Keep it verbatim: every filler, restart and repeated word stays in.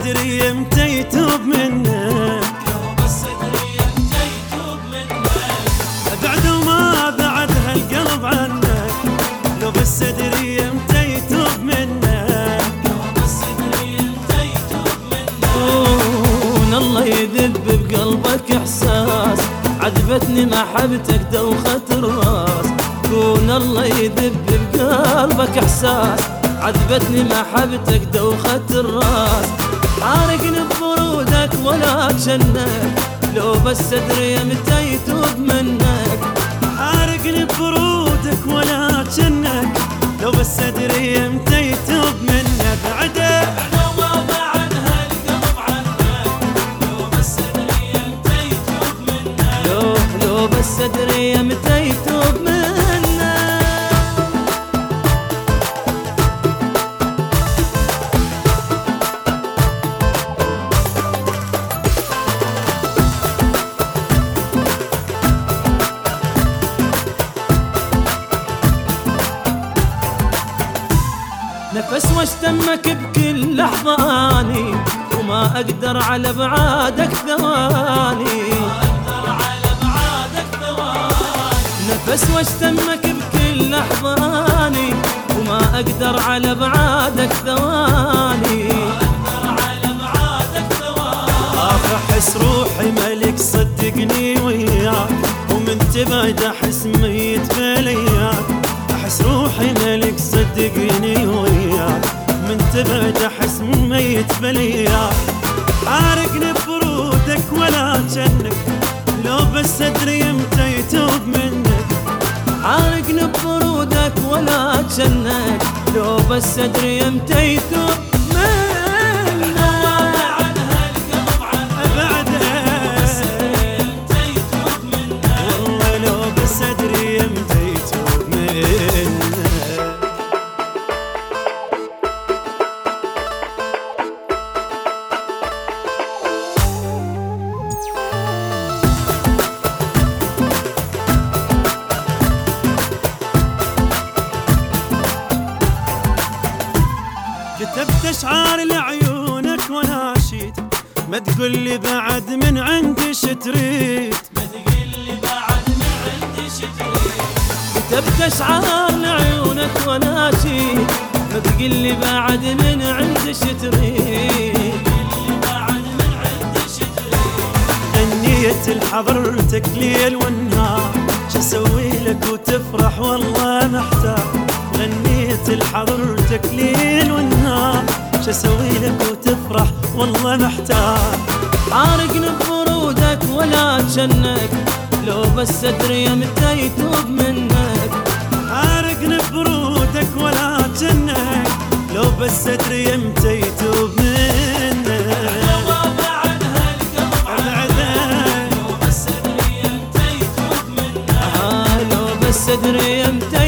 ادري امتى يتوب منك، لو بس ادري امتى يتوب منك. بعد وما بعد هالقلب عنك، لو بس ادري امتى يتوب منك، لو بس ادري امتى يتوب منك. كون الله يذب بقلبك احساس، عذبتني محبتك دوخة الراس. كون الله يذب بقلبك احساس، عذبتني محبتك دوخة الراس. حارقني ببرودك ولا تشنك، لو بس ادري متى يتوب منك. حارقني ببرودك ولا تشنك، لو بس ادري امتى يتوب منك. بعده بعد وما بعد هالقلب عنك، لو بس ادري امتى يتوب منك. لو لو بس ادري متى يتوب منك. نفس واشتمك بكل لحظة اني، وما اقدر على بعادك ثواني. اقدر على بعادك ثواني. نفس واشتمك بكل لحظة اني، وما اقدر على بعادك ثواني. اقدر على بعادك ثواني. اخ احس روحي ملك صدقني وياك، ومن تبعد احس ميت بلياك. احس روحي ملك صدقني وياك، من تبعد احس ميت بلياك. حارقني ببرودك ولا تشنك، لو بس ادري امتى يتوب منك. حارقني ببرودك ولا تشنك، لو بس ادري امتى يتوب منك. بعد هالقلب عنك، بعده بس ادري امتى يتوب منك. والله لو بس ادري امتى يتوب منك. كتبت اشعار لعيونك وناشيد، ما تقول لي بعد من عندي شتريد. ما تقل لي بعد من عندي شتريد. كتبت اشعار لعيونك وناشيد، ما تقل لي بعد من عند شتريد. بعد من عندي شتريد. غنيت لحضرتك ليل والنهار، شسوي لك وتفرح والله محتار. غنيت لحضرتك ليل والنهار، شسوي لك وتفرح والله محتار. حارقني ببرودك ولا تشنك، لو بس ادري متى يتوب منك. حارقني ببرودك ولا تشنك، لو بس ادري امتى يتوب منك. وما بعد هالقلب عنك، العذاب لو بس ادري امتى يتوب منك. آه لو بس ادري امتى